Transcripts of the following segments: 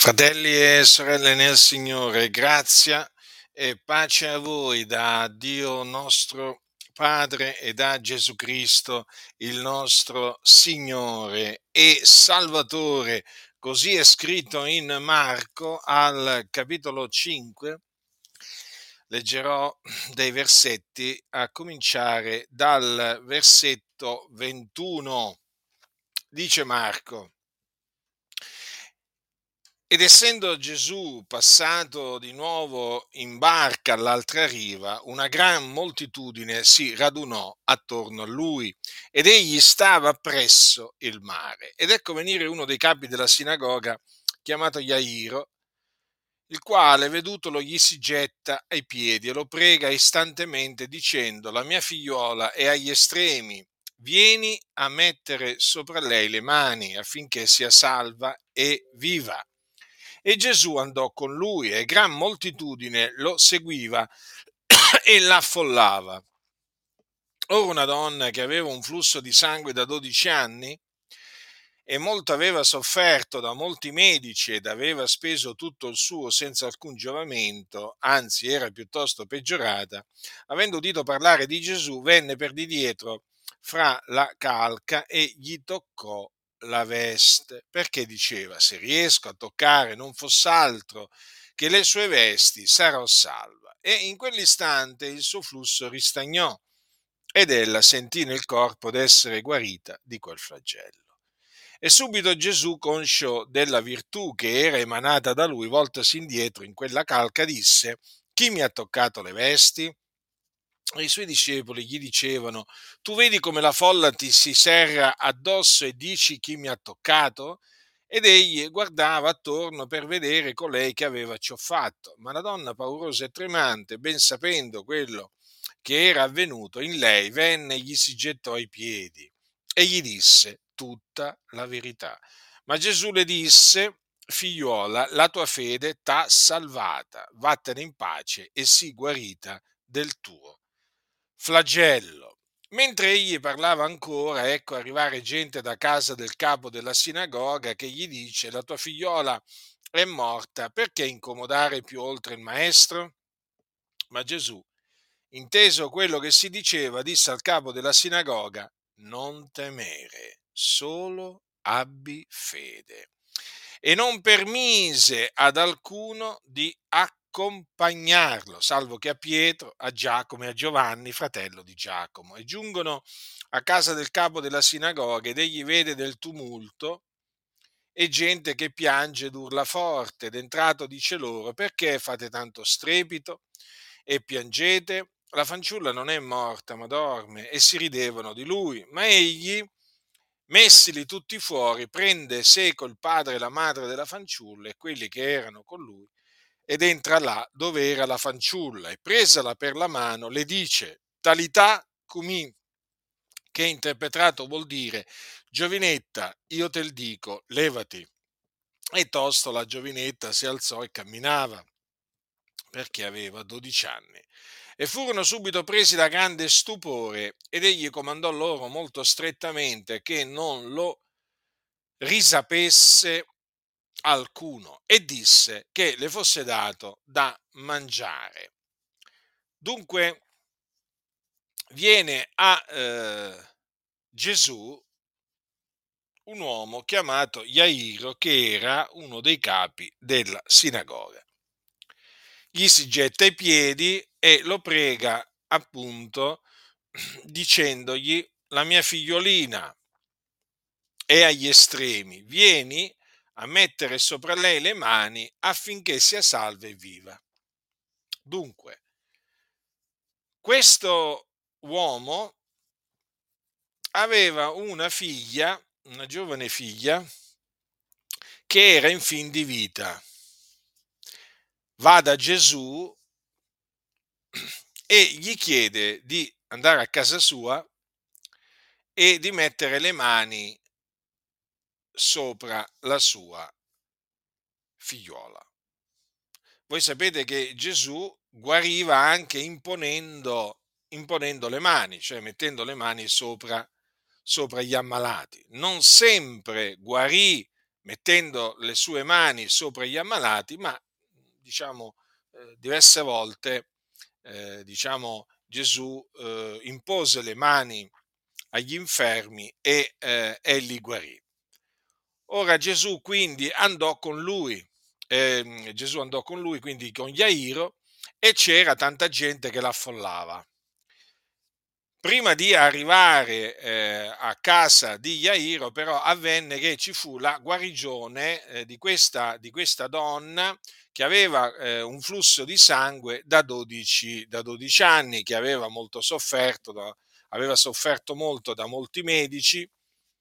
Fratelli e sorelle nel Signore, grazia e pace a voi da Dio nostro Padre e da Gesù Cristo, il nostro Signore e Salvatore. Così è scritto in Marco al capitolo 5. Leggerò dei versetti a cominciare dal versetto 21. Dice Marco: Ed essendo Gesù passato di nuovo in barca all'altra riva, una gran moltitudine si radunò attorno a lui, ed egli stava presso il mare. Ed ecco venire uno dei capi della sinagoga, chiamato Jairo, il quale, vedutolo, gli si getta ai piedi e lo prega istantemente, dicendo: La mia figliuola è agli estremi, vieni a mettere sopra lei le mani affinché sia salva e viva. E Gesù andò con lui e gran moltitudine lo seguiva e l'affollava. Ora una donna che aveva un flusso di sangue da 12 anni e molto aveva sofferto da molti medici ed aveva speso tutto il suo senza alcun giovamento, anzi era piuttosto peggiorata, avendo udito parlare di Gesù, venne per di dietro fra la calca e gli toccò la veste, perché diceva: se riesco a toccare non foss'altro che le sue vesti, sarò salva. E in quell'istante il suo flusso ristagnò ed ella sentì nel corpo d'essere guarita di quel flagello. E subito Gesù, conscio della virtù che era emanata da lui, voltosi indietro in quella calca, disse: Chi mi ha toccato le vesti? E i suoi discepoli gli dicevano: Tu vedi come la folla ti si serra addosso e dici: Chi mi ha toccato? Ed egli guardava attorno per vedere colei che aveva ciò fatto. Ma la donna, paurosa e tremante, ben sapendo quello che era avvenuto in lei, venne e gli si gettò ai piedi e gli disse tutta la verità. Ma Gesù le disse: Figliuola, la tua fede t'ha salvata, vattene in pace e sii guarita del tuo flagello. Mentre egli parlava ancora, ecco arrivare gente da casa del capo della sinagoga che gli dice: La tua figliola è morta, perché incomodare più oltre il maestro? Ma Gesù, inteso quello che si diceva, disse al capo della sinagoga: Non temere, solo abbi fede. E non permise ad alcuno di accompagnarlo, salvo che a Pietro, a Giacomo e a Giovanni, fratello di Giacomo. E giungono a casa del capo della sinagoga ed egli vede del tumulto e gente che piange ed urla forte, ed entrato dice loro: Perché fate tanto strepito e piangete? La fanciulla non è morta, ma dorme. E si ridevano di lui. Ma egli, messili tutti fuori, prende seco il padre e la madre della fanciulla e quelli che erano con lui, ed entra là dove era la fanciulla, e presala per la mano le dice: Talità cumi, che interpretato vuol dire: Giovinetta, io te il dico, levati. E tosto la giovinetta si alzò e camminava, perché aveva 12 anni. E furono subito presi da grande stupore, ed egli comandò loro molto strettamente che non lo risapesse alcuno, e disse che le fosse dato da mangiare. Dunque viene a Gesù un uomo chiamato Jairo, che era uno dei capi della sinagoga. Gli si getta ai piedi e lo prega, appunto, dicendogli: La mia figliolina è agli estremi, vieni a mettere sopra lei le mani affinché sia salva e viva. Dunque, questo uomo aveva una figlia, una giovane figlia, che era in fin di vita. Va da Gesù e gli chiede di andare a casa sua e di mettere le mani sopra la sua figliuola. Voi sapete che Gesù guariva anche imponendo le mani, cioè mettendo le mani sopra gli ammalati. Non sempre guarì mettendo le sue mani sopra gli ammalati, ma diciamo diverse volte diciamo Gesù impose le mani agli infermi e li guarì. Ora Gesù andò con lui, quindi con Jairo, e c'era tanta gente che l'affollava. Prima di arrivare a casa di Jairo, però, avvenne che ci fu la guarigione di questa donna che aveva un flusso di sangue da 12 anni, che aveva sofferto molto da molti medici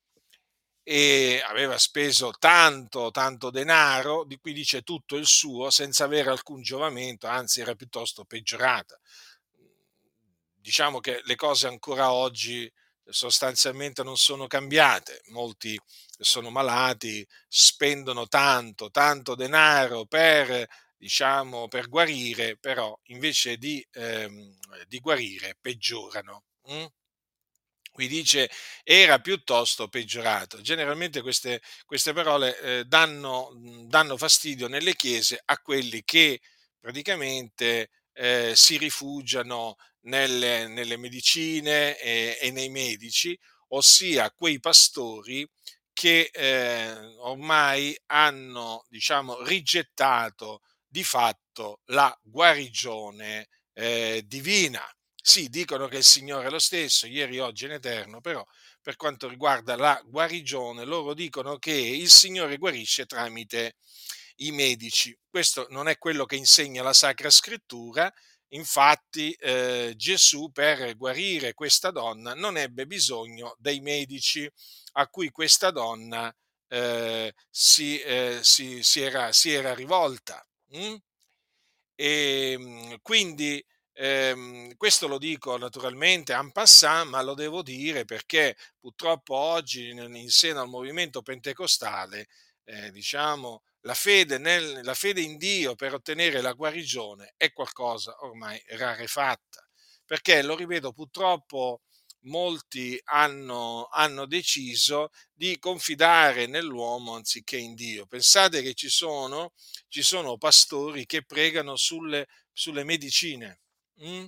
e aveva speso tanto, tanto denaro, di cui dice tutto il suo, senza avere alcun giovamento, anzi era piuttosto peggiorata. Diciamo che le cose ancora oggi sostanzialmente non sono cambiate, molti sono malati, spendono tanto, tanto denaro per guarire, però invece di guarire peggiorano. Qui dice era piuttosto peggiorato. Generalmente queste parole danno fastidio nelle chiese a quelli che praticamente si rifugiano nelle medicine e nei medici, ossia quei pastori che ormai hanno, diciamo, rigettato di fatto la guarigione divina. Sì, dicono che il Signore è lo stesso, ieri, oggi e in eterno, però per quanto riguarda la guarigione, loro dicono che il Signore guarisce tramite i medici. Questo non è quello che insegna la Sacra Scrittura. Infatti Gesù, per guarire questa donna, non ebbe bisogno dei medici a cui questa donna si era rivolta. Mm? Quindi questo lo dico naturalmente en passant, ma lo devo dire perché purtroppo oggi in seno al movimento pentecostale, diciamo, la fede in Dio per ottenere la guarigione è qualcosa ormai rarefatta, perché lo ripeto, purtroppo molti hanno deciso di confidare nell'uomo anziché in Dio. Pensate che ci sono pastori che pregano sulle medicine, mm?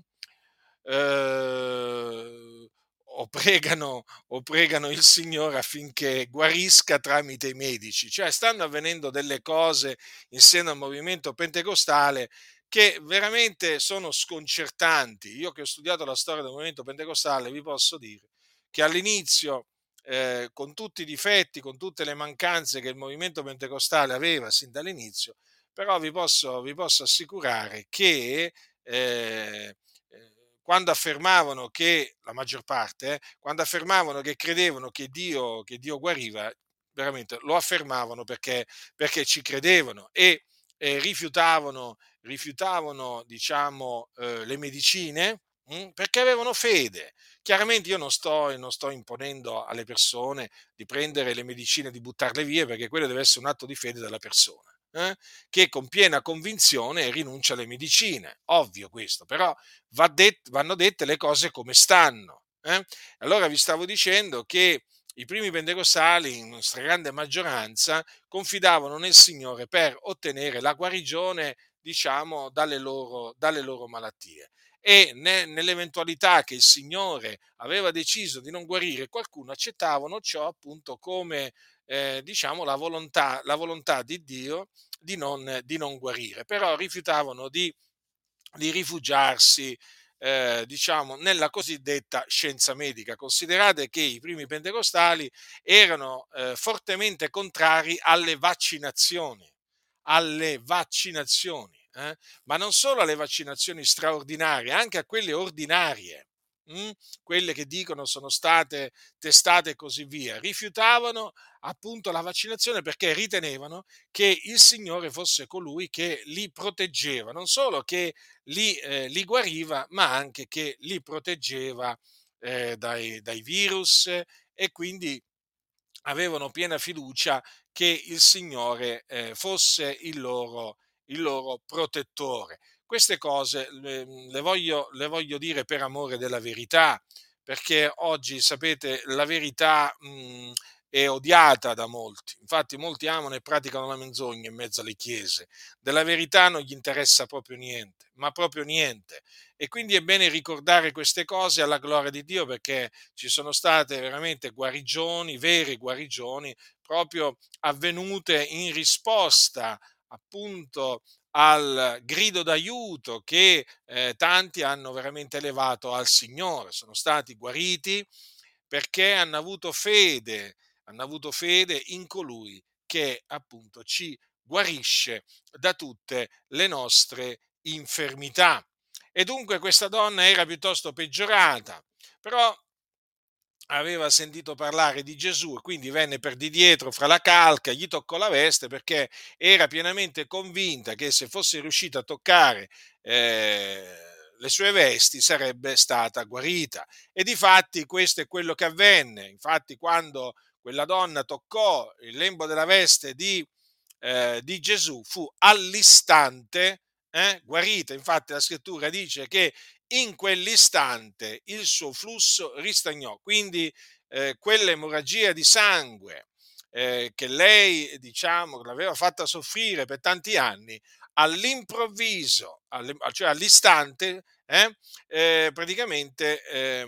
Eh, o pregano il Signore affinché guarisca tramite i medici. Cioè stanno avvenendo delle cose in seno al movimento pentecostale che veramente sono sconcertanti. Io che ho studiato la storia del movimento pentecostale vi posso dire che all'inizio, con tutti i difetti, con tutte le mancanze che il movimento pentecostale aveva sin dall'inizio, però vi posso assicurare che quando affermavano che, la maggior parte, quando affermavano che credevano che Dio guariva, veramente lo affermavano perché ci credevano e rifiutavano diciamo, le medicine, perché avevano fede. Chiaramente io non sto imponendo alle persone di prendere le medicine e di buttarle via, perché quello deve essere un atto di fede della persona, che con piena convinzione rinuncia alle medicine. Ovvio questo, però vanno dette le cose come stanno. Allora vi stavo dicendo che i primi pentecostali, in stragrande maggioranza, confidavano nel Signore per ottenere la guarigione, diciamo, dalle loro malattie. E nell'eventualità che il Signore aveva deciso di non guarire qualcuno, accettavano ciò appunto come diciamo la volontà di Dio di non guarire, però rifiutavano di rifugiarsi diciamo, nella cosiddetta scienza medica. Considerate che i primi pentecostali erano fortemente contrari alle vaccinazioni, ma non solo alle vaccinazioni straordinarie, anche a quelle ordinarie, mm? Quelle che dicono sono state testate e così via. Rifiutavano appunto la vaccinazione perché ritenevano che il Signore fosse colui che li proteggeva, non solo che li guariva, ma anche che li proteggeva dai virus, e quindi avevano piena fiducia che il Signore fosse il loro protettore. Queste cose le voglio dire per amore della verità, perché oggi, sapete, la verità è odiata da molti. Infatti molti amano e praticano la menzogna in mezzo alle chiese. Della verità non gli interessa proprio niente, ma proprio niente. E quindi è bene ricordare queste cose alla gloria di Dio, perché ci sono state veramente guarigioni, vere guarigioni, proprio avvenute in risposta appunto al grido d'aiuto che tanti hanno veramente elevato al Signore. Sono stati guariti perché hanno avuto fede in colui che appunto ci guarisce da tutte le nostre infermità. E dunque questa donna era piuttosto peggiorata, però aveva sentito parlare di Gesù e quindi venne per di dietro fra la calca, gli toccò la veste perché era pienamente convinta che se fosse riuscita a toccare le sue vesti sarebbe stata guarita. E difatti questo è quello che avvenne. Infatti quando quella donna toccò il lembo della veste di Gesù fu all'istante guarita. Infatti la scrittura dice che in quell'istante il suo flusso ristagnò, quindi quell'emorragia di sangue che lei, diciamo, l'aveva fatta soffrire per tanti anni, all'improvviso, cioè all'istante, praticamente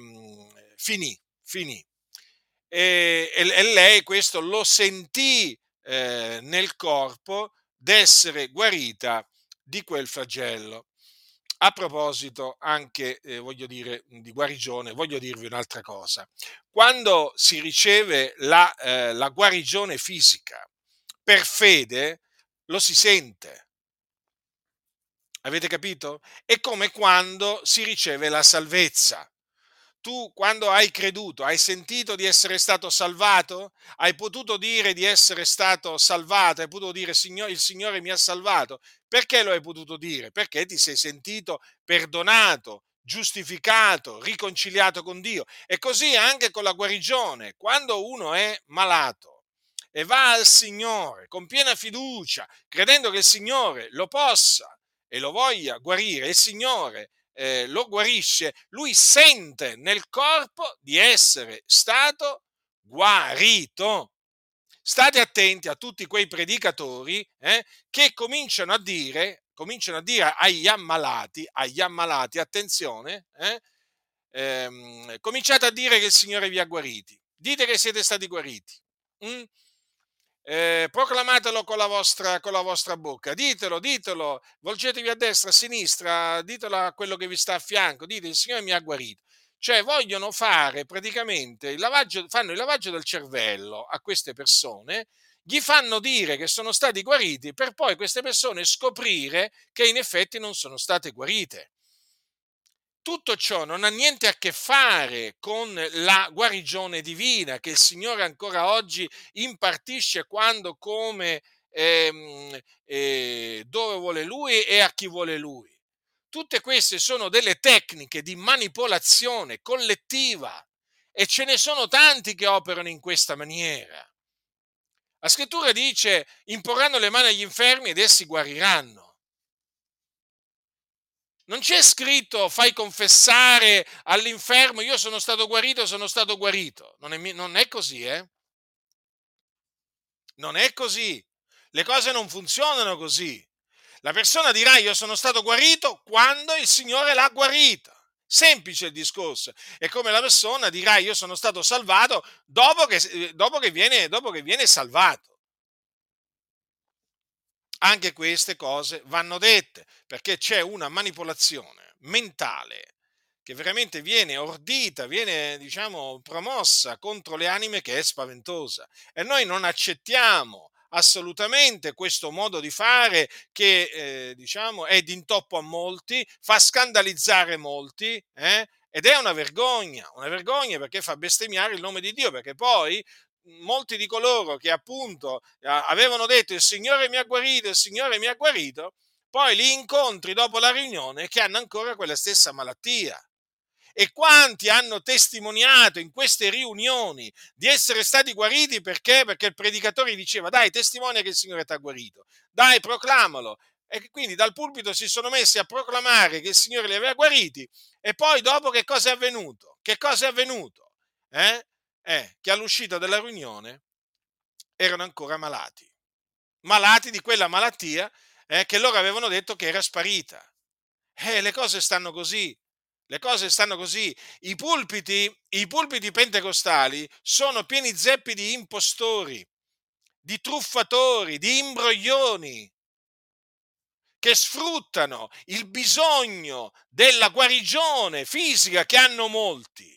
finì. E lei questo lo sentì nel corpo d'essere guarita di quel flagello. A proposito anche, voglio dire, di guarigione, voglio dirvi un'altra cosa. Quando si riceve la guarigione fisica per fede, lo si sente. Avete capito? È come quando si riceve la salvezza. Tu quando hai creduto, hai sentito di essere stato salvato? Hai potuto dire di essere stato salvato? Hai potuto dire il Signore mi ha salvato? Perché lo hai potuto dire? Perché ti sei sentito perdonato, giustificato, riconciliato con Dio. E così anche con la guarigione. Quando uno è malato e va al Signore con piena fiducia, credendo che il Signore lo possa e lo voglia guarire, il Signore lo guarisce, lui sente nel corpo di essere stato guarito. State attenti a tutti quei predicatori che cominciano a dire agli ammalati, attenzione, cominciate a dire che il Signore vi ha guariti, dite che siete stati guariti. Mm? Proclamatelo con la vostra bocca, ditelo, volgetevi a destra, a sinistra, ditelo a quello che vi sta a fianco, dite il Signore mi ha guarito. Cioè vogliono fare praticamente fanno il lavaggio del cervello a queste persone, gli fanno dire che sono stati guariti per poi queste persone scoprire che in effetti non sono state guarite. Tutto ciò non ha niente a che fare con la guarigione divina che il Signore ancora oggi impartisce quando, come, dove vuole Lui e a chi vuole Lui. Tutte queste sono delle tecniche di manipolazione collettiva e ce ne sono tanti che operano in questa maniera. La scrittura dice: imporranno le mani agli infermi ed essi guariranno. Non c'è scritto fai confessare all'infermo io sono stato guarito. Non è così, eh? Non è così. Le cose non funzionano così. La persona dirà io sono stato guarito quando il Signore l'ha guarito. Semplice il discorso. È come la persona dirà io sono stato salvato dopo che viene salvato. Anche queste cose vanno dette, perché c'è una manipolazione mentale che veramente viene ordita, viene, diciamo, promossa contro le anime, che è spaventosa. E noi non accettiamo assolutamente questo modo di fare che, diciamo, è d'intoppo a molti, fa scandalizzare molti, ed è una vergogna perché fa bestemmiare il nome di Dio, perché poi molti di coloro che appunto avevano detto il Signore mi ha guarito, il Signore mi ha guarito, poi li incontri dopo la riunione che hanno ancora quella stessa malattia. E quanti hanno testimoniato in queste riunioni di essere stati guariti perché? Perché il predicatore diceva dai, testimonia che il Signore ti ha guarito, dai, proclamalo. E quindi dal pulpito si sono messi a proclamare che il Signore li aveva guariti e poi dopo che cosa è avvenuto? Che cosa è avvenuto? Che all'uscita della riunione erano ancora malati, malati di quella malattia che loro avevano detto che era sparita. Le cose stanno così. Le cose stanno così. I pulpiti pentecostali sono pieni zeppi di impostori, di truffatori, di imbroglioni che sfruttano il bisogno della guarigione fisica che hanno molti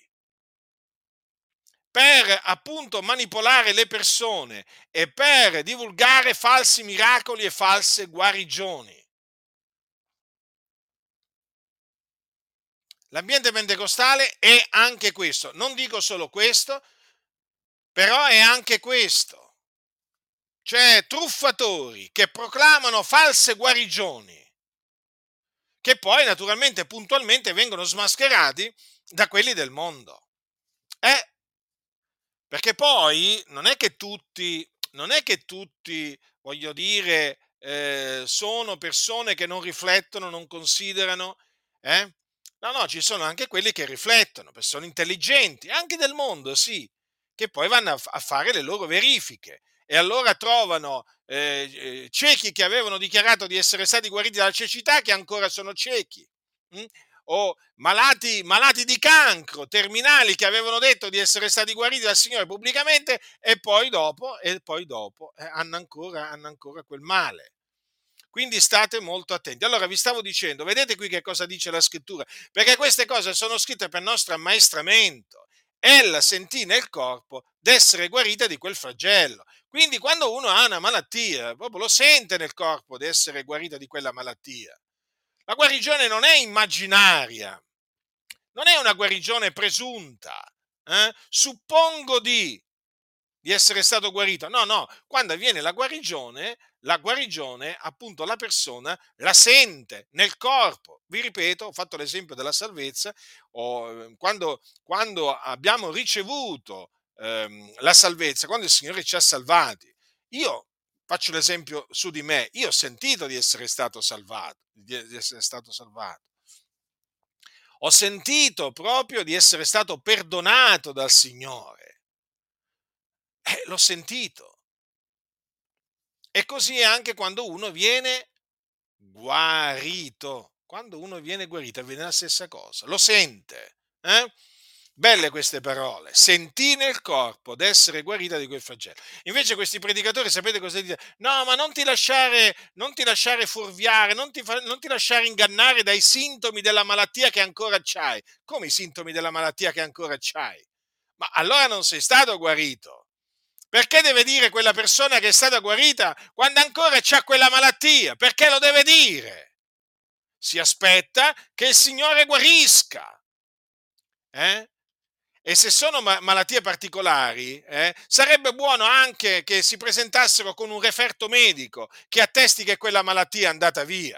per appunto manipolare le persone e per divulgare falsi miracoli e false guarigioni. L'ambiente pentecostale è anche questo, non dico solo questo, però è anche questo, cioè truffatori che proclamano false guarigioni, che poi naturalmente puntualmente vengono smascherati da quelli del mondo. Eh, Perché poi non è che tutti, voglio dire, sono persone che non riflettono, non considerano, eh? No, no, ci sono anche quelli che riflettono, persone intelligenti, anche del mondo, sì, che poi vanno a fare le loro verifiche e allora trovano ciechi che avevano dichiarato di essere stati guariti dalla cecità che ancora sono ciechi. mm? O malati di cancro, terminali che avevano detto di essere stati guariti dal Signore pubblicamente e poi dopo hanno ancora quel male. Quindi state molto attenti. Allora vi stavo dicendo, vedete qui che cosa dice la scrittura? Perché queste cose sono scritte per nostro ammaestramento. Ella sentì nel corpo d'essere guarita di quel flagello. Quindi quando uno ha una malattia, proprio lo sente nel corpo di essere guarita di quella malattia. La guarigione non è immaginaria, non è una guarigione presunta. Suppongo di essere stato guarito. No, no, quando avviene la guarigione, appunto, la persona la sente nel corpo. Vi ripeto, ho fatto l'esempio della salvezza, quando abbiamo ricevuto la salvezza, quando il Signore ci ha salvati, io faccio l'esempio su di me, io ho sentito di essere stato salvato, di essere stato salvato. Ho sentito proprio di essere stato perdonato dal Signore. L'ho sentito. E così è anche quando uno viene guarito. Quando uno viene guarito avviene la stessa cosa. Lo sente. Eh? Belle queste parole. Sentì nel corpo d'essere guarita di quel flagello. Invece questi predicatori, sapete cosa dicono? No, ma non ti lasciare fuorviare, non ti lasciare ingannare dai sintomi della malattia che ancora c'hai. Come i sintomi della malattia che ancora c'hai? Ma allora non sei stato guarito. Perché deve dire quella persona che è stata guarita quando ancora c'ha quella malattia? Perché lo deve dire? Si aspetta che il Signore guarisca. Eh? E se sono malattie particolari, sarebbe buono anche che si presentassero con un referto medico che attesti che quella malattia è andata via.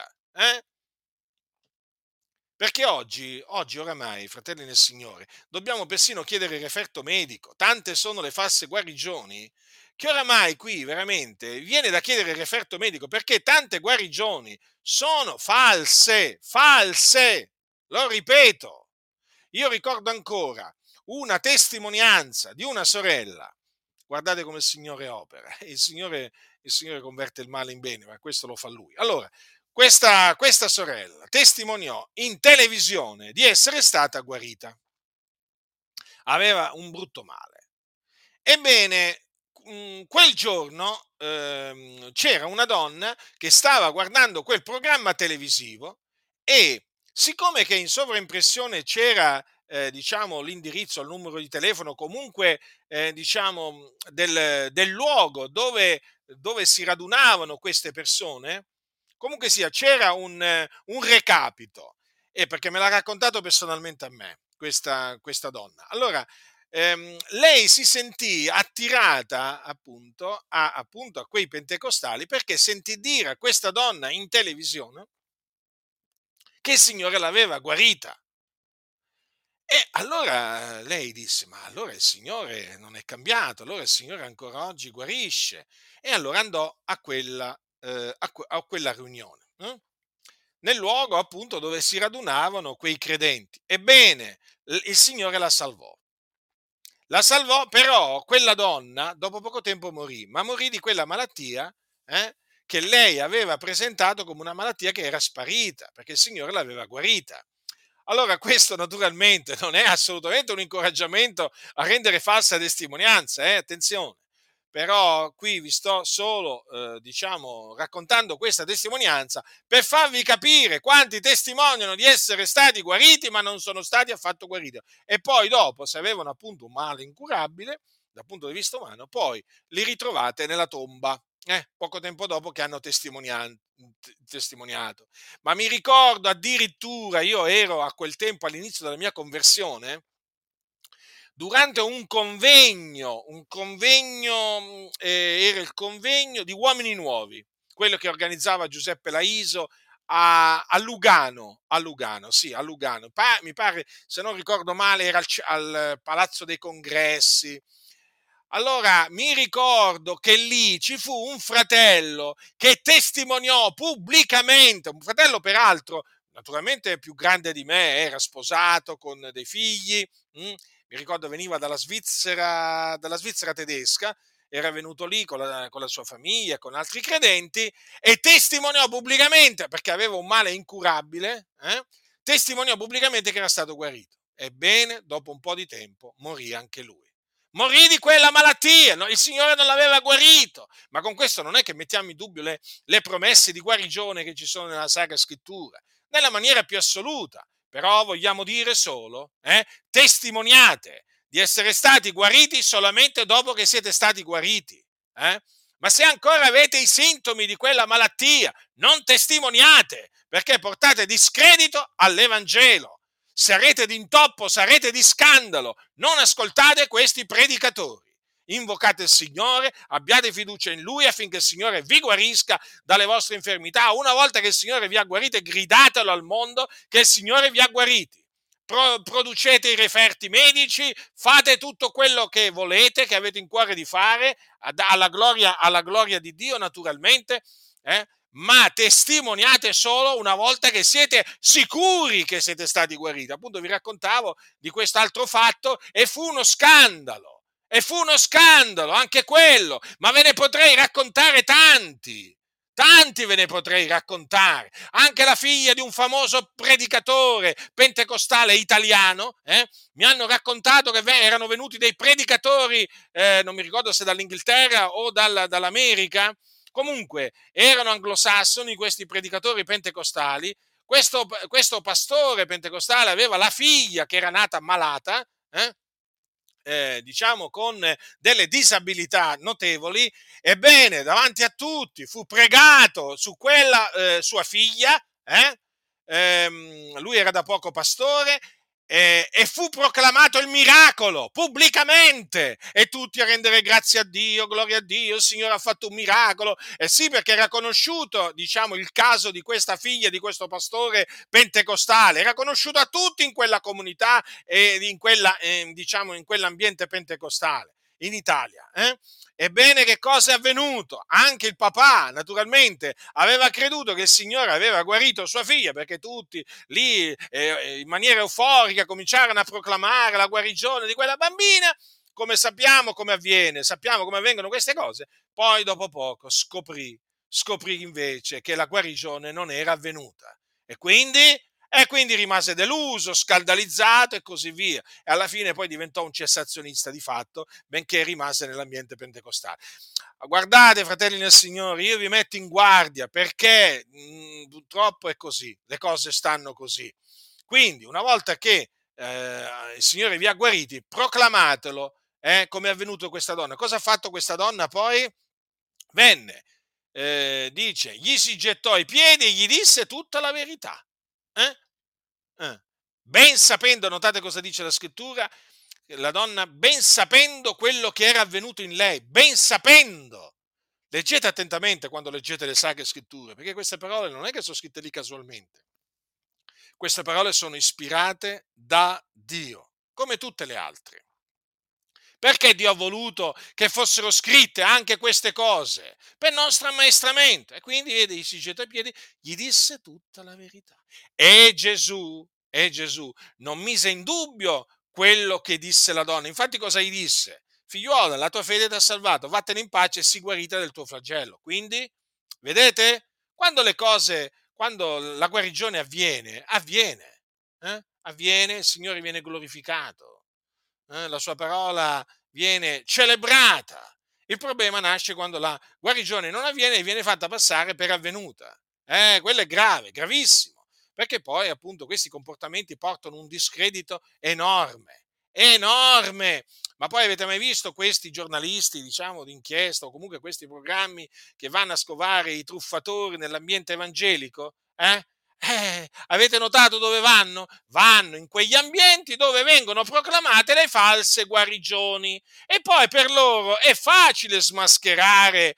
Perché oggi oramai, fratelli nel Signore, dobbiamo persino chiedere il referto medico. Tante sono le false guarigioni che oramai qui veramente viene da chiedere il referto medico perché tante guarigioni sono false, false. Lo ripeto. Io ricordo ancora una testimonianza di una sorella. Guardate come il Signore opera. Il Signore converte il male in bene, ma questo lo fa Lui. Allora, questa sorella testimoniò in televisione di essere stata guarita. Aveva un brutto male. Ebbene, quel giorno c'era una donna che stava guardando quel programma televisivo e siccome che in sovraimpressione c'era diciamo l'indirizzo, il numero di telefono, comunque diciamo del luogo dove si radunavano queste persone, comunque sia c'era un recapito, perché me l'ha raccontato personalmente a me questa donna. Allora, lei si sentì attirata appunto a quei pentecostali perché sentì dire a questa donna in televisione che il Signore l'aveva guarita. E allora lei disse: Ma allora il Signore non è cambiato, allora il Signore ancora oggi guarisce. E allora andò a quella riunione, nel luogo appunto dove si radunavano quei credenti. Ebbene, il Signore la salvò. La salvò, però quella donna dopo poco tempo morì, ma morì di quella malattia eh, che lei aveva presentato come una malattia che era sparita, perché il Signore l'aveva guarita. Allora questo naturalmente non è assolutamente un incoraggiamento a rendere falsa testimonianza, attenzione. Però qui vi sto solo, diciamo, raccontando questa testimonianza per farvi capire quanti testimoniano di essere stati guariti ma non sono stati affatto guariti. E poi dopo, se avevano appunto un male incurabile, dal punto di vista umano, poi li ritrovate nella tomba, poco tempo dopo che hanno testimoniato. Ma mi ricordo addirittura, io ero a quel tempo all'inizio della mia conversione, durante era il convegno di Uomini Nuovi, quello che organizzava Giuseppe Laiso a Lugano, sì, a Lugano. Mi pare, se non ricordo male, era al Palazzo dei Congressi. Allora mi ricordo che lì ci fu un fratello che testimoniò pubblicamente, un fratello peraltro naturalmente più grande di me, era sposato con dei figli, mi ricordo veniva dalla Svizzera tedesca, era venuto lì con la sua famiglia, con altri credenti e testimoniò pubblicamente, perché aveva un male incurabile, testimoniò pubblicamente che era stato guarito. Ebbene, dopo un po' di tempo morì anche lui. Morì di quella malattia, no? Il Signore non l'aveva guarito, ma con questo non è che mettiamo in dubbio le promesse di guarigione che ci sono nella Sacra Scrittura, nella maniera più assoluta. Però vogliamo dire solo, testimoniate di essere stati guariti solamente dopo che siete stati guariti. eh? Ma se ancora avete i sintomi di quella malattia, non testimoniate, perché portate discredito all'Evangelo. Sarete d'intoppo, sarete di scandalo. Non ascoltate questi predicatori. Invocate il Signore, abbiate fiducia in Lui affinché il Signore vi guarisca dalle vostre infermità. Una volta che il Signore vi ha guariti, gridatelo al mondo che il Signore vi ha guariti. Producete i referti medici, fate tutto quello che volete, che avete in cuore di fare, alla gloria di Dio naturalmente, ma testimoniate solo una volta che siete sicuri che siete stati guariti. Appunto vi raccontavo di quest'altro fatto e fu uno scandalo. E fu uno scandalo anche quello, ma ve ne potrei raccontare tanti. Tanti ve ne potrei raccontare. Anche la figlia di un famoso predicatore pentecostale italiano, mi hanno raccontato che erano venuti dei predicatori, non mi ricordo se dall'Inghilterra o dall'America, comunque erano anglosassoni questi predicatori pentecostali. Questo pastore pentecostale aveva la figlia che era nata malata, diciamo con delle disabilità notevoli. Ebbene, davanti a tutti fu pregato su quella sua figlia, lui era da poco pastore, e fu proclamato il miracolo pubblicamente e tutti a rendere grazie a Dio, gloria a Dio, il Signore ha fatto un miracolo. E sì, perché era conosciuto, diciamo, il caso di questa figlia di questo pastore pentecostale, era conosciuto a tutti in quella comunità e diciamo, in quell'ambiente pentecostale in Italia. Ebbene, che cosa è avvenuto? Anche il papà, naturalmente, aveva creduto che il Signore aveva guarito sua figlia, perché tutti lì in maniera euforica cominciarono a proclamare la guarigione di quella bambina. Come sappiamo come avviene, sappiamo come avvengono queste cose. Poi dopo poco scoprì invece che la guarigione non era avvenuta. E quindi rimase deluso, scandalizzato e così via. E alla fine poi diventò un cessazionista di fatto, benché rimase nell'ambiente pentecostale. Guardate, fratelli nel Signore, io vi metto in guardia perché purtroppo è così, le cose stanno così. Quindi, una volta che il Signore vi ha guariti, proclamatelo, come è avvenuto a questa donna. Cosa ha fatto questa donna poi? Venne, dice, gli si gettò ai piedi e gli disse tutta la verità. Eh? Ben sapendo, notate cosa dice la scrittura, la donna, ben sapendo quello che era avvenuto in lei, ben sapendo. Leggete attentamente quando leggete le sacre scritture, perché queste parole non è che sono scritte lì casualmente. Queste parole sono ispirate da Dio, come tutte le altre. Perché Dio ha voluto che fossero scritte anche queste cose? Per nostro ammaestramento. E quindi, vedi, si gettò ai piedi, gli disse tutta la verità. E Gesù non mise in dubbio quello che disse la donna. Infatti cosa gli disse? Figliuola, la tua fede ti ha salvato, vattene in pace e sii guarita del tuo flagello. Quindi, vedete? Quando la guarigione avviene, avviene, il Signore viene glorificato, la sua parola viene celebrata. Il problema nasce quando la guarigione non avviene e viene fatta passare per avvenuta. Quello è grave, gravissimo, perché poi appunto questi comportamenti portano un discredito enorme, enorme. Ma poi avete mai visto questi giornalisti, diciamo, d'inchiesta o comunque questi programmi che vanno a scovare i truffatori nell'ambiente evangelico? Avete notato dove vanno? Vanno in quegli ambienti dove vengono proclamate le false guarigioni e poi per loro è facile smascherare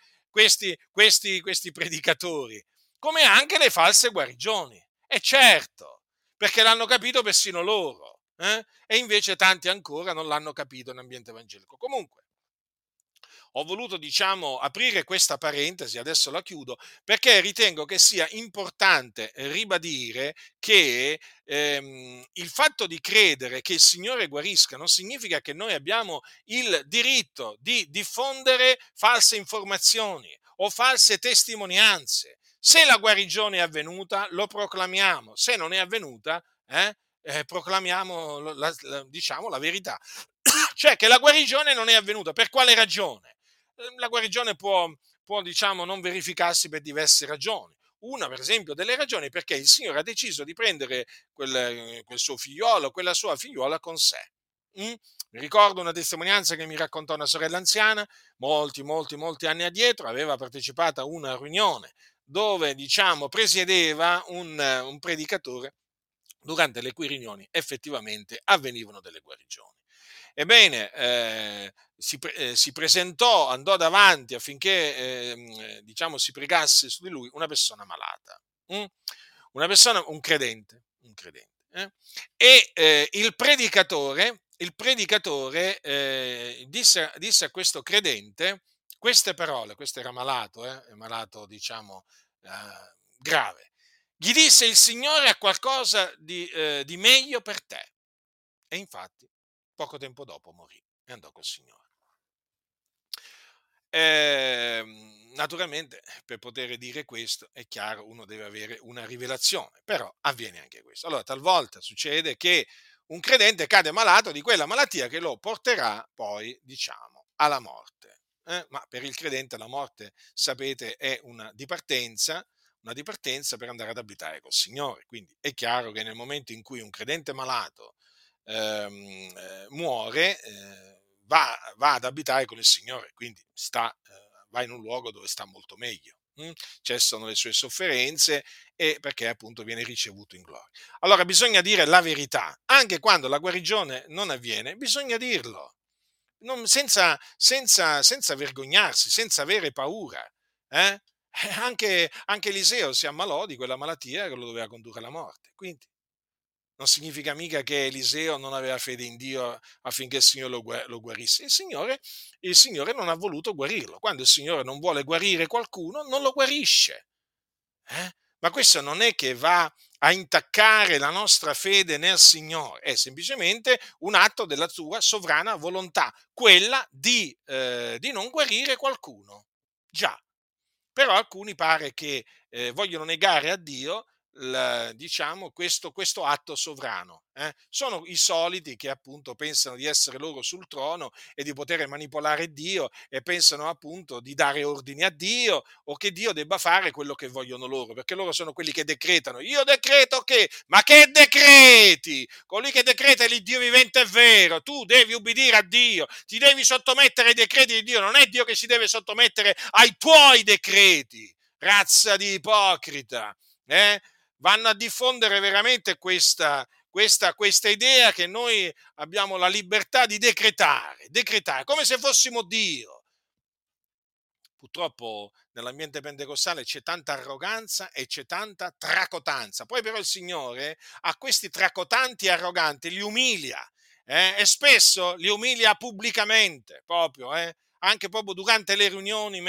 questi predicatori, come anche le false guarigioni. E certo, perché l'hanno capito persino loro, e invece tanti ancora non l'hanno capito in ambiente evangelico. Comunque, ho voluto, diciamo, aprire questa parentesi, adesso la chiudo, perché ritengo che sia importante ribadire che il fatto di credere che il Signore guarisca non significa che noi abbiamo il diritto di diffondere false informazioni o false testimonianze. Se la guarigione è avvenuta, lo proclamiamo; se non è avvenuta, proclamiamo diciamo la verità, cioè che la guarigione non è avvenuta. Per quale ragione? La guarigione può, diciamo, non verificarsi per diverse ragioni. Una, per esempio, delle ragioni è perché il Signore ha deciso di prendere quel suo figliolo, quella sua figliuola con sé. Mm? Mi ricordo una testimonianza che mi raccontò una sorella anziana, molti anni addietro, aveva partecipato a una riunione dove, diciamo, presiedeva un predicatore, durante le cui riunioni effettivamente avvenivano delle guarigioni. Ebbene, si presentò, andò davanti affinché diciamo, si pregasse su di lui una persona malata, mm? Un credente, e il predicatore disse a questo credente queste parole. Questo era malato, malato, diciamo, grave. Gli disse: il Signore ha qualcosa di meglio per te. E infatti, poco tempo dopo morì e andò col Signore. Naturalmente, per poter dire questo, è chiaro, uno deve avere una rivelazione, però avviene anche questo. Allora, talvolta succede che un credente cade malato di quella malattia che lo porterà poi, diciamo, alla morte. Ma per il credente la morte, sapete, è una dipartenza per andare ad abitare col Signore. Quindi è chiaro che nel momento in cui un credente malato muore, va ad abitare con il Signore, quindi va in un luogo dove sta molto meglio. Cessano le sue sofferenze e perché appunto viene ricevuto in gloria. Allora bisogna dire la verità, anche quando la guarigione non avviene, bisogna dirlo, senza vergognarsi, senza avere paura. eh? Anche Eliseo si ammalò di quella malattia che lo doveva condurre alla morte. Quindi non significa mica che Eliseo non aveva fede in Dio affinché il Signore lo guarisse. Il Signore non ha voluto guarirlo. Quando il Signore non vuole guarire qualcuno, non lo guarisce. Ma questo non è che va a intaccare la nostra fede nel Signore, è semplicemente un atto della sua sovrana volontà, quella di non guarire qualcuno. Già, però alcuni pare che vogliono negare a Dio diciamo, questo atto sovrano. Sono i soliti che appunto pensano di essere loro sul trono e di poter manipolare Dio e pensano appunto di dare ordini a Dio o che Dio debba fare quello che vogliono loro, perché loro sono quelli che decretano. Io decreto che, ma che decreti? Colui che decreta è l'Iddio vivente, è vero. Tu devi ubbidire a Dio, ti devi sottomettere ai decreti di Dio, non è Dio che si deve sottomettere ai tuoi decreti. Razza di ipocrita, vanno a diffondere veramente questa idea che noi abbiamo la libertà di decretare, come se fossimo Dio. Purtroppo nell'ambiente pentecostale c'è tanta arroganza e c'è tanta tracotanza. Poi però il Signore a questi tracotanti e arroganti li umilia, e spesso li umilia pubblicamente, proprio, anche proprio durante le riunioni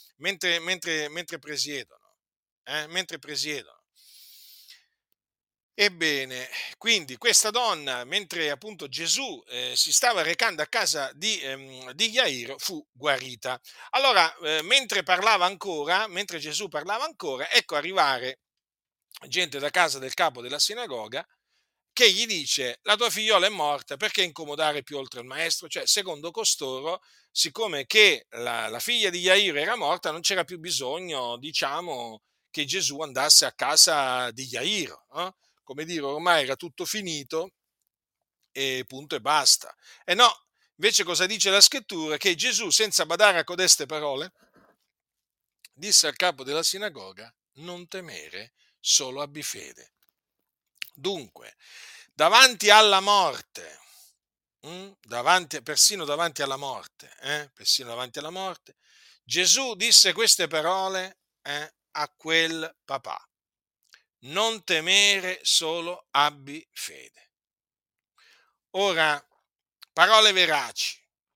mentre presiedono. Mentre presiedono. Ebbene, quindi questa donna, mentre appunto Gesù si stava recando a casa di Jairo, fu guarita. Allora, mentre Gesù parlava ancora, ecco arrivare gente da casa del capo della sinagoga che gli dice: la tua figliola è morta, perché incomodare più oltre il maestro? Cioè, secondo costoro, siccome che la figlia di Jairo era morta, non c'era più bisogno, diciamo, che Gesù andasse a casa di Jairo, no? Come dire, ormai era tutto finito e punto e basta. E no, invece cosa dice la scrittura? Che Gesù, senza badare a codeste parole, disse al capo della sinagoga: non temere, solo abbi fede. Dunque, davanti alla morte, persino davanti alla morte, persino davanti alla morte, Gesù disse queste parole a quel papà: non temere, solo abbi fede. Ora, parole veraci,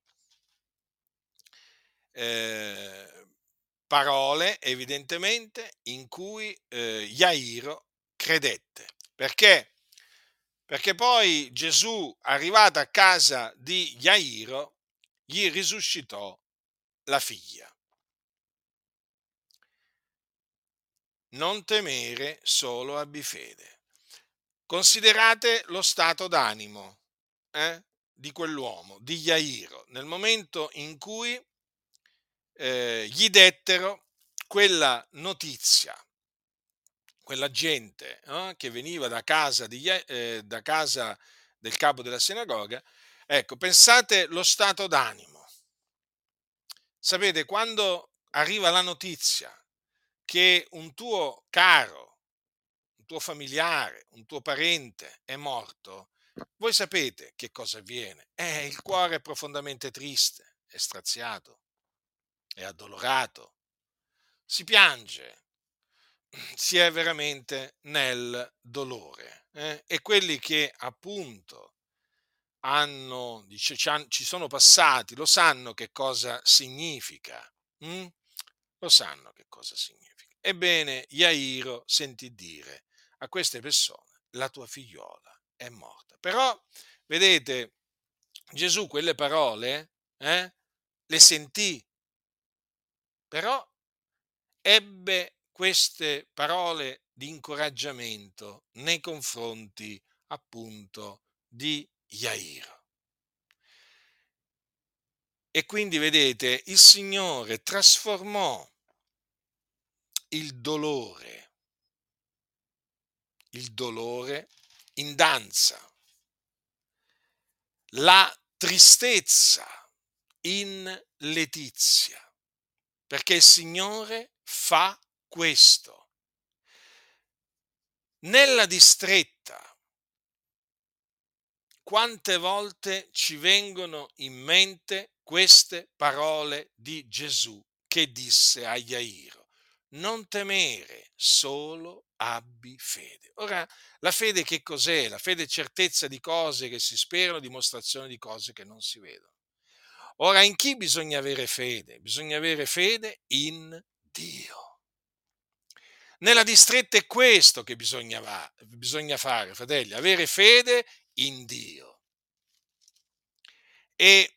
eh, parole evidentemente in cui Jairo credette. Perché? Perché poi Gesù, arrivato a casa di Jairo, gli risuscitò la figlia. Non temere, solo abbi fede. Considerate lo stato d'animo di quell'uomo, di Jairo, nel momento in cui gli dettero quella notizia, quella gente che veniva da casa del capo della sinagoga. Ecco, pensate lo stato d'animo. Sapete, quando arriva la notizia che un tuo caro, un tuo familiare, un tuo parente è morto, voi sapete che cosa avviene? Il cuore è profondamente triste, è straziato, è addolorato, si piange, si è veramente nel dolore. E quelli che appunto ci sono passati, lo sanno che cosa significa. mm? Lo sanno che cosa significa. Ebbene, Jairo sentì dire a queste persone: la tua figliola è morta. Però, vedete, Gesù quelle parole le sentì, però ebbe queste parole di incoraggiamento nei confronti appunto di Jairo. E quindi vedete, il Signore trasformò il dolore, il dolore in danza, la tristezza in letizia, perché il Signore fa questo. Nella distretta, quante volte ci vengono in mente queste parole di Gesù che disse a Jairo: non temere, solo abbi fede. Ora, la fede che cos'è? La fede è certezza di cose che si sperano, dimostrazione di cose che non si vedono. Ora, in chi bisogna avere fede? Bisogna avere fede in Dio. Nella distretta è questo che bisogna fare, fratelli, avere fede in Dio. E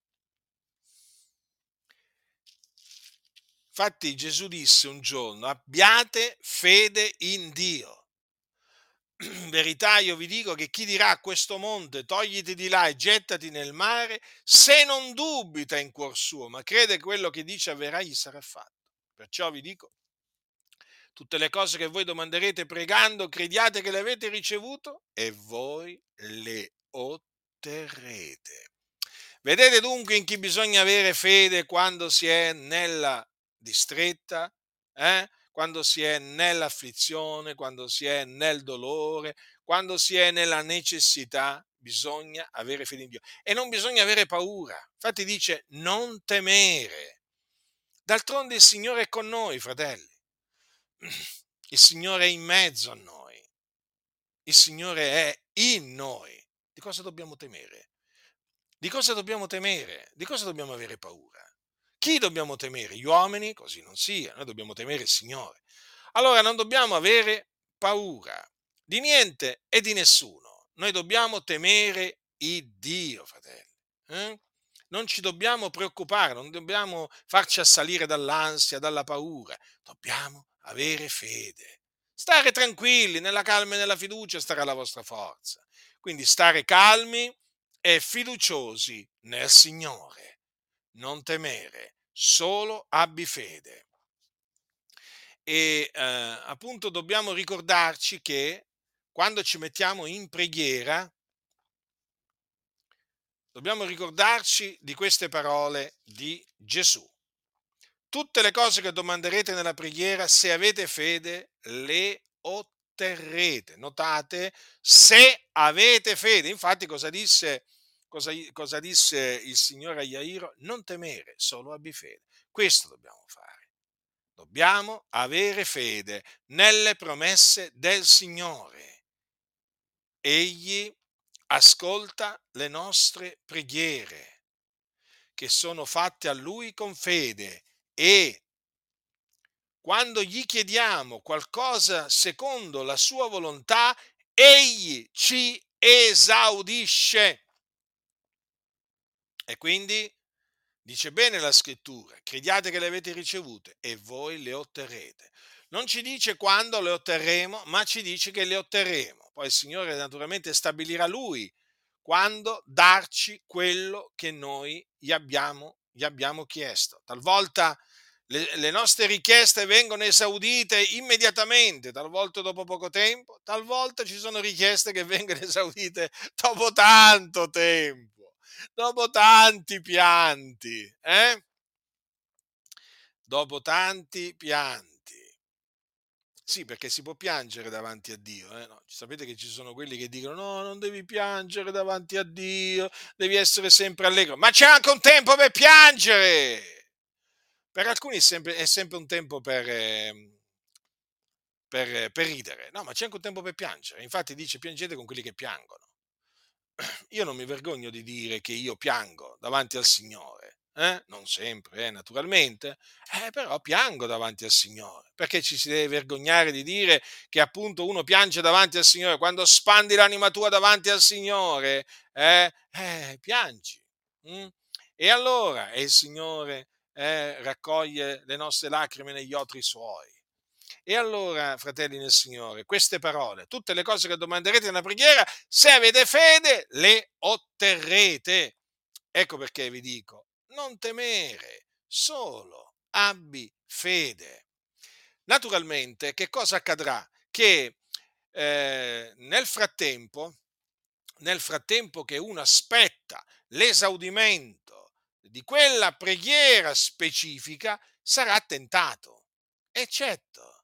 infatti Gesù disse un giorno: abbiate fede in Dio. In verità io vi dico che chi dirà a questo monte: togliti di là e gettati nel mare, se non dubita in cuor suo, ma crede che quello che dice avverrà, gli sarà fatto. Perciò vi dico: tutte le cose che voi domanderete pregando, crediate che le avete ricevuto e voi le otterrete. Vedete dunque in chi bisogna avere fede quando si è nella distretta, quando si è nell'afflizione, quando si è nel dolore, quando si è nella necessità, bisogna avere fede in Dio e non bisogna avere paura. Infatti dice: non temere. D'altronde il Signore è con noi, fratelli. Il Signore è in mezzo a noi, il Signore è in noi. Di cosa dobbiamo temere? Di cosa dobbiamo temere? Di cosa dobbiamo avere paura? Chi dobbiamo temere? Gli uomini? Così non sia, noi dobbiamo temere il Signore. Allora non dobbiamo avere paura di niente e di nessuno. Noi dobbiamo temere il Dio, fratelli. eh? Non ci dobbiamo preoccupare, non dobbiamo farci assalire dall'ansia, dalla paura. Dobbiamo avere fede. Stare tranquilli, nella calma e nella fiducia starà la vostra forza. Quindi stare calmi e fiduciosi nel Signore. Non temere, solo abbi fede. Appunto dobbiamo ricordarci che quando ci mettiamo in preghiera, dobbiamo ricordarci di queste parole di Gesù. Tutte le cose che domanderete nella preghiera, se avete fede, le otterrete. Notate, se avete fede. Infatti cosa disse il Signore a Jairo? Non temere, solo abbi fede. Questo dobbiamo fare. Dobbiamo avere fede nelle promesse del Signore. Egli ascolta le nostre preghiere, che sono fatte a Lui con fede, e quando gli chiediamo qualcosa secondo la sua volontà, Egli ci esaudisce. E quindi dice bene la scrittura: crediate che le avete ricevute e voi le otterrete. Non ci dice quando le otterremo, ma ci dice che le otterremo. Poi il Signore naturalmente stabilirà Lui quando darci quello che noi gli abbiamo chiesto. Talvolta le nostre richieste vengono esaudite immediatamente, talvolta dopo poco tempo, talvolta ci sono richieste che vengono esaudite dopo tanto tempo, dopo tanti pianti, dopo tanti pianti. Sì, perché si può piangere davanti a Dio, no? Sapete che ci sono quelli che dicono: no, non devi piangere davanti a Dio, devi essere sempre allegro. Ma c'è anche un tempo per piangere! Per alcuni è sempre un tempo per ridere, no, ma c'è anche un tempo per piangere. Infatti dice: piangete con quelli che piangono. Io non mi vergogno di dire che io piango davanti al Signore, non sempre, naturalmente, però piango davanti al Signore. Perché ci si deve vergognare di dire che appunto uno piange davanti al Signore? Quando spandi l'anima tua davanti al Signore, piangi. mm? E allora, il Signore raccoglie le nostre lacrime negli otri suoi. E allora, fratelli nel Signore, queste parole, tutte le cose che domanderete nella preghiera, se avete fede, le otterrete. Ecco perché vi dico: non temere, solo abbi fede. Naturalmente, che cosa accadrà? Che nel frattempo che uno aspetta l'esaudimento di quella preghiera specifica, sarà tentato. E certo,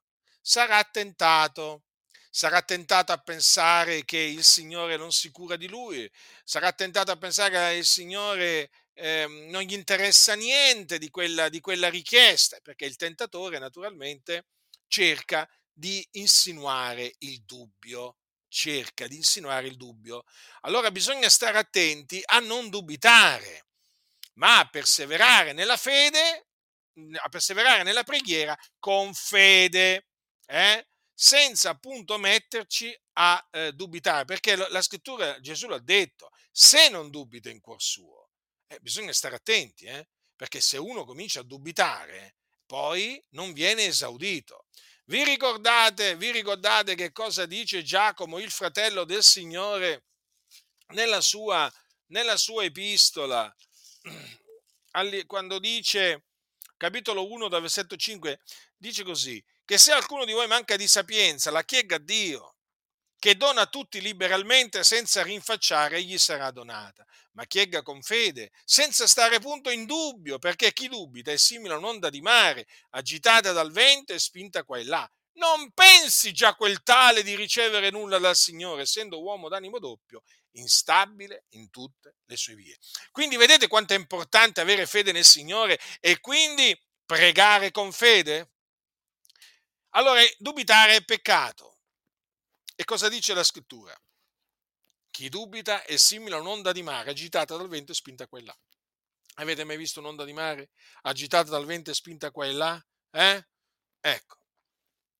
sarà tentato a pensare che il Signore non si cura di lui, sarà tentato a pensare che il Signore non gli interessa niente di quella richiesta, perché il tentatore naturalmente cerca di insinuare il dubbio, cerca di insinuare il dubbio. Allora bisogna stare attenti a non dubitare, ma a perseverare nella fede, a perseverare nella preghiera con fede, senza appunto metterci a dubitare, perché la scrittura, Gesù l'ha detto: se non dubita in cuor suo, bisogna stare attenti, perché se uno comincia a dubitare, poi non viene esaudito. Vi ricordate che cosa dice Giacomo, il fratello del Signore, nella sua, nella sua epistola, quando dice, capitolo 1, dal versetto 5, dice così: che se alcuno di voi manca di sapienza, la chiega a Dio, che dona a tutti liberalmente senza rinfacciare, e gli sarà donata. Ma chiegga con fede, senza stare punto in dubbio, perché chi dubita è simile a un'onda di mare, agitata dal vento e spinta qua e là. Non pensi già quel tale di ricevere nulla dal Signore, essendo uomo d'animo doppio, instabile in tutte le sue vie. Quindi vedete quanto è importante avere fede nel Signore e quindi pregare con fede? Allora, dubitare è peccato. E cosa dice la scrittura? Chi dubita è simile a un'onda di mare agitata dal vento e spinta qua e là. Avete mai visto un'onda di mare agitata dal vento e spinta qua e là? Ecco.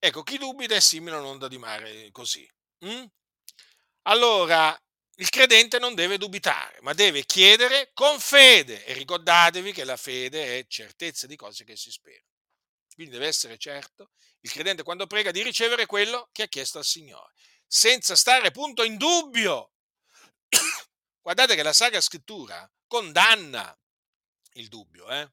Ecco, chi dubita è simile a un'onda di mare, così. Mm? Allora, il credente non deve dubitare, ma deve chiedere con fede. E ricordatevi che la fede è certezza di cose che si sperano. Quindi deve essere certo, il credente quando prega, di ricevere quello che ha chiesto al Signore, senza stare punto in dubbio. Guardate che la Sacra Scrittura condanna il dubbio, eh?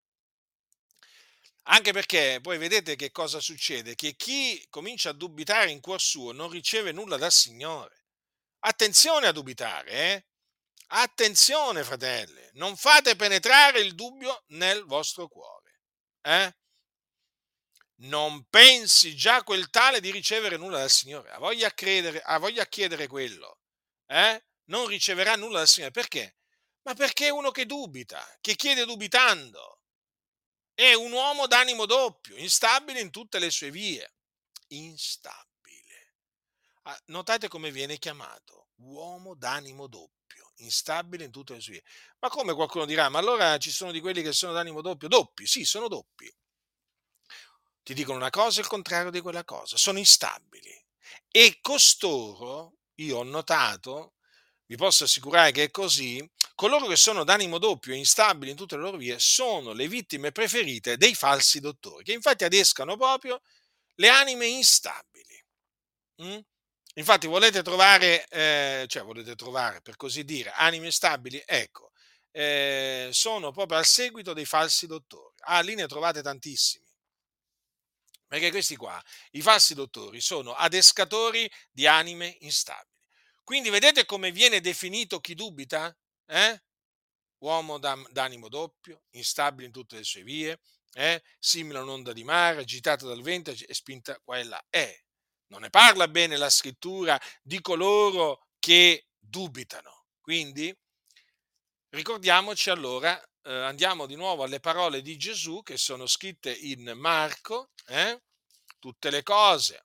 Anche perché poi vedete che cosa succede? Che chi comincia a dubitare in cuor suo non riceve nulla dal Signore. Attenzione a dubitare, eh? Attenzione, fratelli, non fate penetrare il dubbio nel vostro cuore. Eh? Non pensi già quel tale di ricevere nulla dal Signore. Ha voglia a chiedere quello. Non riceverà nulla dal Signore. Perché? Ma perché è uno che dubita, che chiede dubitando. È un uomo d'animo doppio, instabile in tutte le sue vie. Instabile. Ah, notate come viene chiamato, uomo d'animo doppio, instabile in tutte le sue vie. Ma come, qualcuno dirà, ma allora ci sono di quelli che sono d'animo doppio? Doppi, sì, sono doppi. Ti dicono una cosa e il contrario di quella cosa, sono instabili. E costoro, io ho notato, vi posso assicurare che è così, coloro che sono d'animo doppio e instabili in tutte le loro vie sono le vittime preferite dei falsi dottori, che infatti adescano proprio le anime instabili. Mm? Infatti volete trovare, per così dire, anime stabili? Ecco, sono proprio al seguito dei falsi dottori. Ah, lì ne trovate tantissimi. Perché questi qua, i falsi dottori, sono adescatori di anime instabili. Quindi vedete come viene definito chi dubita? Eh? Uomo d'animo doppio, instabile in tutte le sue vie, simile a un'onda di mare, agitata dal vento e spinta qua e là. Non ne parla bene la scrittura di coloro che dubitano. Quindi ricordiamoci allora, andiamo di nuovo alle parole di Gesù che sono scritte in Marco, tutte le cose.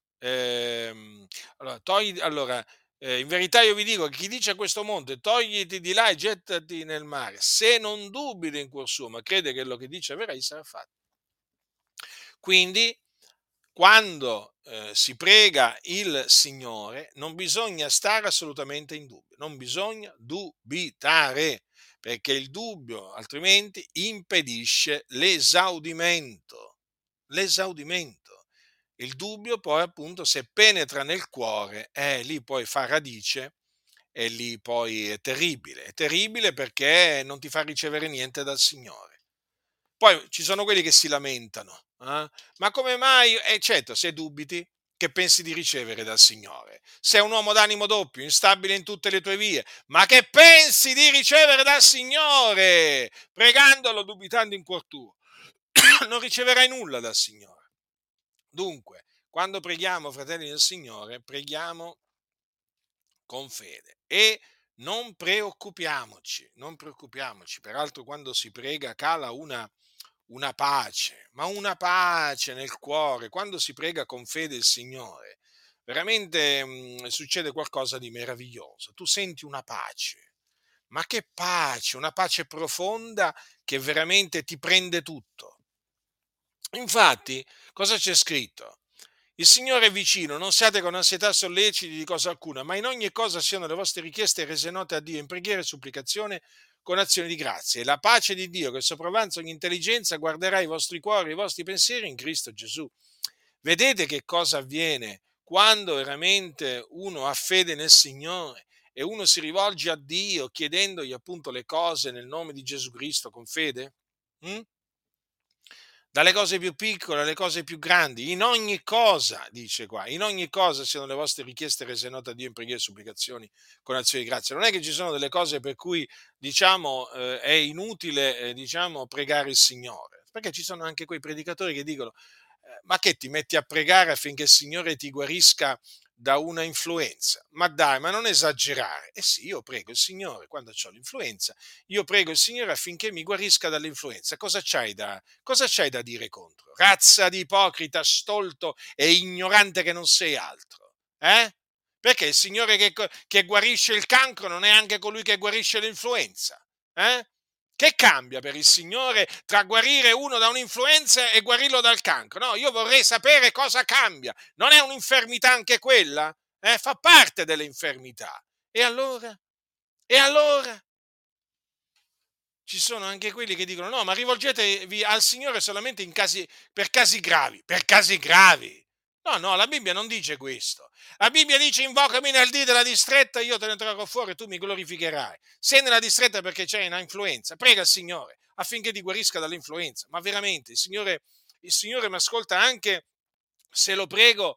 In verità io vi dico che chi dice a questo monte togliti di là e gettati nel mare, se non dubita in cuor suo, ma crede che quello che dice avverrà, gli sarà fatto. Quindi, quando si prega il Signore, non bisogna stare assolutamente in dubbio, non bisogna dubitare, perché il dubbio altrimenti impedisce l'esaudimento. L'esaudimento. Il dubbio poi appunto se penetra nel cuore, lì poi fa radice e lì poi è terribile perché non ti fa ricevere niente dal Signore. Poi ci sono quelli che si lamentano, ma come mai? Certo, se dubiti, che pensi di ricevere dal Signore? Sei un uomo d'animo doppio, instabile in tutte le tue vie, ma che pensi di ricevere dal Signore? Pregandolo, dubitando in cuor tuo, non riceverai nulla dal Signore. Dunque, quando preghiamo, fratelli del Signore, preghiamo con fede e non preoccupiamoci, non preoccupiamoci. Peraltro quando si prega cala una pace, ma una pace nel cuore. Quando si prega con fede il Signore, veramente succede qualcosa di meraviglioso. Tu senti una pace, ma che pace, una pace profonda che veramente ti prende tutto. Infatti, cosa c'è scritto? Il Signore è vicino, non siate con ansietà solleciti di cosa alcuna, ma in ogni cosa siano le vostre richieste rese note a Dio in preghiera e supplicazione con azioni di grazia. E la pace di Dio, che sopravanza ogni intelligenza, guarderà i vostri cuori e i vostri pensieri in Cristo Gesù. Vedete che cosa avviene quando veramente uno ha fede nel Signore e uno si rivolge a Dio chiedendogli appunto le cose nel nome di Gesù Cristo con fede? Mm? Dalle cose più piccole alle cose più grandi, in ogni cosa, dice qua, in ogni cosa siano le vostre richieste rese note a Dio in preghiere e supplicazioni con azioni di grazia. Non è che ci sono delle cose per cui, diciamo, è inutile, diciamo, pregare il Signore, perché ci sono anche quei predicatori che dicono, ma che ti metti a pregare affinché il Signore ti guarisca da una influenza? Ma dai, ma non esagerare. Eh sì, io prego il Signore quando ho l'influenza, io prego il Signore affinché mi guarisca dall'influenza. Cosa c'hai da dire contro? Razza di ipocrita, stolto e ignorante che non sei altro. Perché il Signore che guarisce il cancro non è anche colui che guarisce l'influenza? Eh? Che cambia per il Signore tra guarire uno da un'influenza e guarirlo dal cancro? No, io vorrei sapere cosa cambia. Non è un'infermità anche quella? Fa parte delle infermità. E allora? E allora? Ci sono anche quelli che dicono: no, ma rivolgetevi al Signore solamente per casi gravi. Per casi gravi. No, no, la Bibbia non dice questo. La Bibbia dice: invocami nel dì della distretta, io te ne trarrò fuori e tu mi glorificherai. Sei nella distretta perché c'è una influenza, prega il Signore affinché ti guarisca dall'influenza. Ma veramente il Signore mi ascolta anche se lo prego,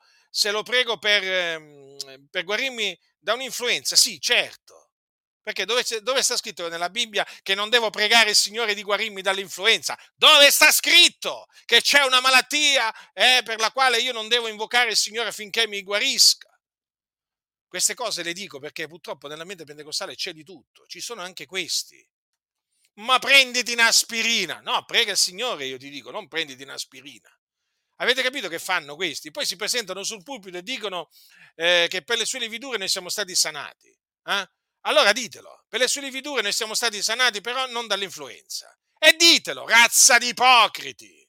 per guarirmi da un'influenza? Sì, certo. Perché dove sta scritto nella Bibbia che non devo pregare il Signore di guarirmi dall'influenza? Dove sta scritto che c'è una malattia per la quale io non devo invocare il Signore affinché mi guarisca? Queste cose le dico perché purtroppo nella mente pentecostale c'è di tutto, ci sono anche questi. Ma prenditi un'aspirina. No, prega il Signore, io ti dico, non prenditi un'aspirina. Avete capito che fanno questi? Poi si presentano sul pulpito e dicono che per le sue lividure noi siamo stati sanati. Eh? Allora ditelo, per le sue lividure noi siamo stati sanati, però non dall'influenza. E ditelo, razza di ipocriti!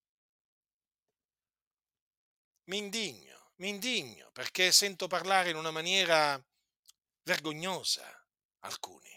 Mi indigno, perché sento parlare in una maniera vergognosa alcuni,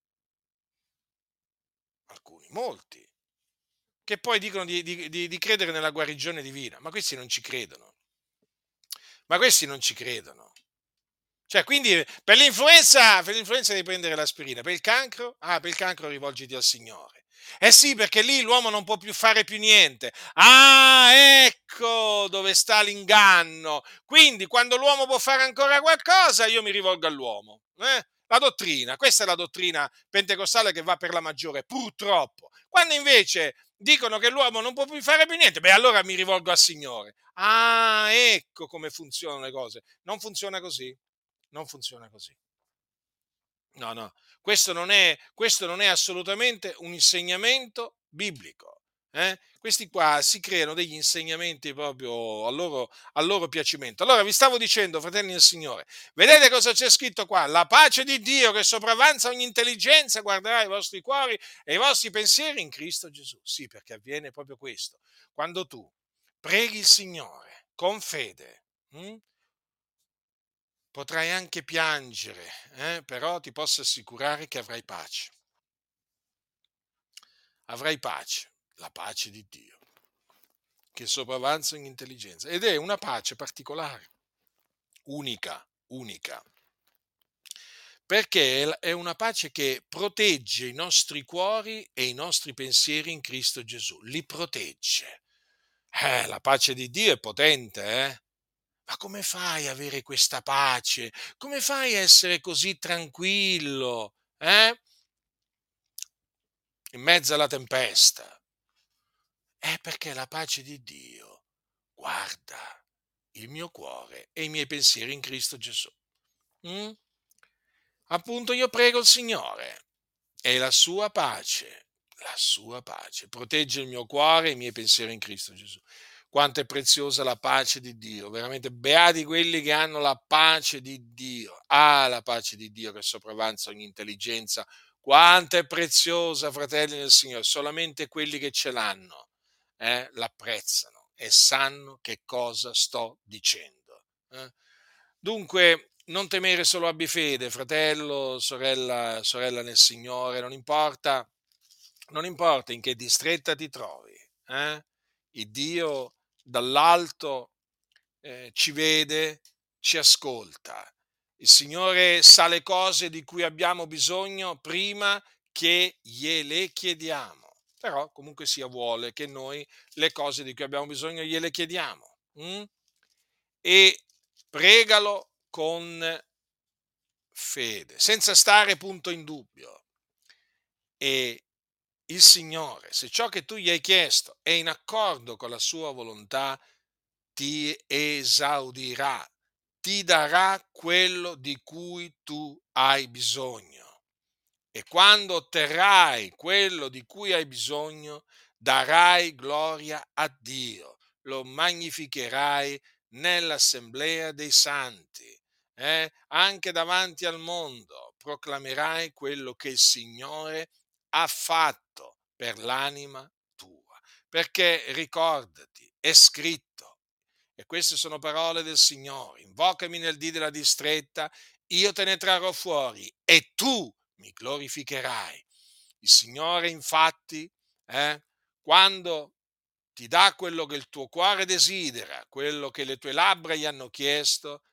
molti, che poi dicono di credere nella guarigione divina, ma questi non ci credono. Ma questi non ci credono. Cioè, quindi per l'influenza devi prendere l'aspirina, per il cancro? Ah, per il cancro rivolgiti al Signore. Eh sì, perché lì l'uomo non può più fare più niente. Ah, ecco dove sta l'inganno. Quindi, quando l'uomo può fare ancora qualcosa, io mi rivolgo all'uomo. La dottrina, questa è la dottrina pentecostale che va per la maggiore, purtroppo. Quando invece dicono che l'uomo non può più fare più niente, beh, allora mi rivolgo al Signore. Ah, ecco come funzionano le cose. Non funziona così. Non funziona così. No, no, questo non è assolutamente un insegnamento biblico. Questi qua si creano degli insegnamenti proprio al loro piacimento. Allora vi stavo dicendo, fratelli del Signore, vedete cosa c'è scritto qua? La pace di Dio che sopravanza ogni intelligenza guarderà i vostri cuori e i vostri pensieri in Cristo Gesù. Sì, perché avviene proprio questo. Quando tu preghi il Signore con fede, potrai anche piangere, però ti posso assicurare che avrai pace. Avrai pace, la pace di Dio, che sopravanza ogni intelligenza. Ed è una pace particolare, unica, unica. Perché è una pace che protegge i nostri cuori e i nostri pensieri in Cristo Gesù. Li protegge. La pace di Dio è potente, eh? Ma come fai a avere questa pace? Come fai a essere così tranquillo? In mezzo alla tempesta? È perché la pace di Dio guarda il mio cuore e i miei pensieri in Cristo Gesù. Mm? Appunto io prego il Signore e la sua pace protegge il mio cuore e i miei pensieri in Cristo Gesù. Quanto è preziosa la pace di Dio, veramente beati quelli che hanno la pace di Dio. Ah, la pace di Dio che sopravanza ogni intelligenza. Quanto è preziosa, fratelli del Signore, solamente quelli che ce l'hanno, l'apprezzano e sanno che cosa sto dicendo. Dunque, non temere solo abbi fede, fratello, sorella nel Signore, non importa in che distretta ti trovi, il Dio dall'alto ci vede, ci ascolta. Il Signore sa le cose di cui abbiamo bisogno prima che gliele chiediamo. Però comunque sia vuole che noi le cose di cui abbiamo bisogno gliele chiediamo. E pregalo con fede, senza stare punto in dubbio. E il Signore, se ciò che tu gli hai chiesto è in accordo con la sua volontà, ti esaudirà, ti darà quello di cui tu hai bisogno. E quando otterrai quello di cui hai bisogno, darai gloria a Dio, lo magnificherai nell'assemblea dei santi, anche davanti al mondo, proclamerai quello che il Signore ha fatto per l'anima tua. Perché ricordati, è scritto, e queste sono parole del Signore: invocami nel dì della distretta, io te ne trarrò fuori e tu mi glorificherai. Il Signore, infatti, quando ti dà quello che il tuo cuore desidera, quello che le tue labbra gli hanno chiesto,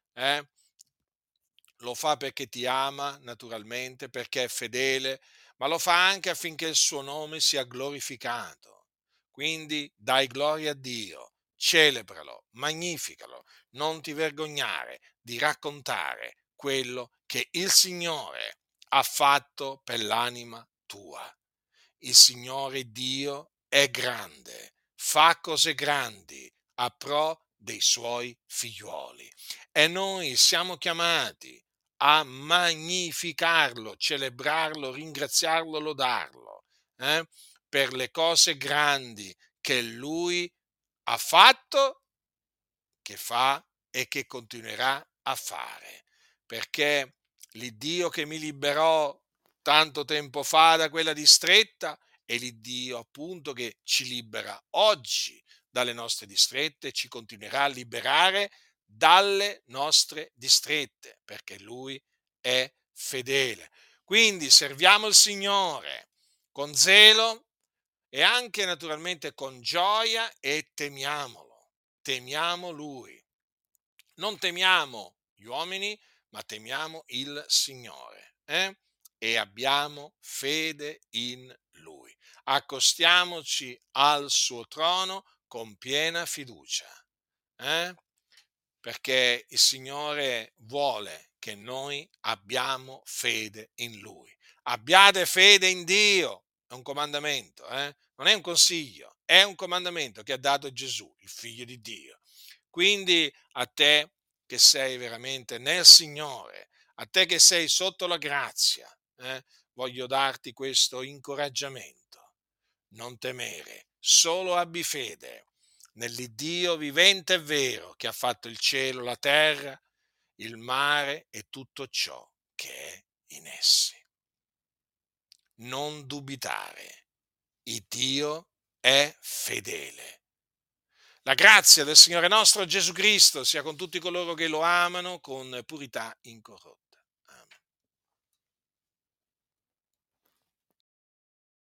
lo fa perché ti ama, naturalmente, perché è fedele, ma lo fa anche affinché il suo nome sia glorificato. Quindi dai gloria a Dio, celebralo, magnificalo, non ti vergognare di raccontare quello che il Signore ha fatto per l'anima tua. Il Signore Dio è grande, fa cose grandi a pro dei suoi figliuoli e noi siamo chiamati a magnificarlo, celebrarlo, ringraziarlo, lodarlo, eh, per le cose grandi che lui ha fatto, che fa e che continuerà a fare, perché l'Iddio che mi liberò tanto tempo fa da quella distretta è l'Iddio appunto che ci libera oggi dalle nostre distrette e ci continuerà a liberare dalle nostre distrette, perché Lui è fedele. Quindi serviamo il Signore con zelo e anche naturalmente con gioia e temiamolo, temiamo Lui. Non temiamo gli uomini, ma temiamo il Signore, e abbiamo fede in Lui. Accostiamoci al suo trono con piena fiducia, eh? Perché il Signore vuole che noi abbiamo fede in Lui. Abbiate fede in Dio, è un comandamento, non è un consiglio, è un comandamento che ha dato Gesù, il Figlio di Dio. Quindi a te che sei veramente nel Signore, a te che sei sotto la grazia, voglio darti questo incoraggiamento. Non temere, solo abbi fede nell'Iddio vivente e vero che ha fatto il cielo, la terra, il mare e tutto ciò che è in essi. Non dubitare, il Dio è fedele. La grazia del Signore nostro Gesù Cristo sia con tutti coloro che lo amano con purità incorrotta.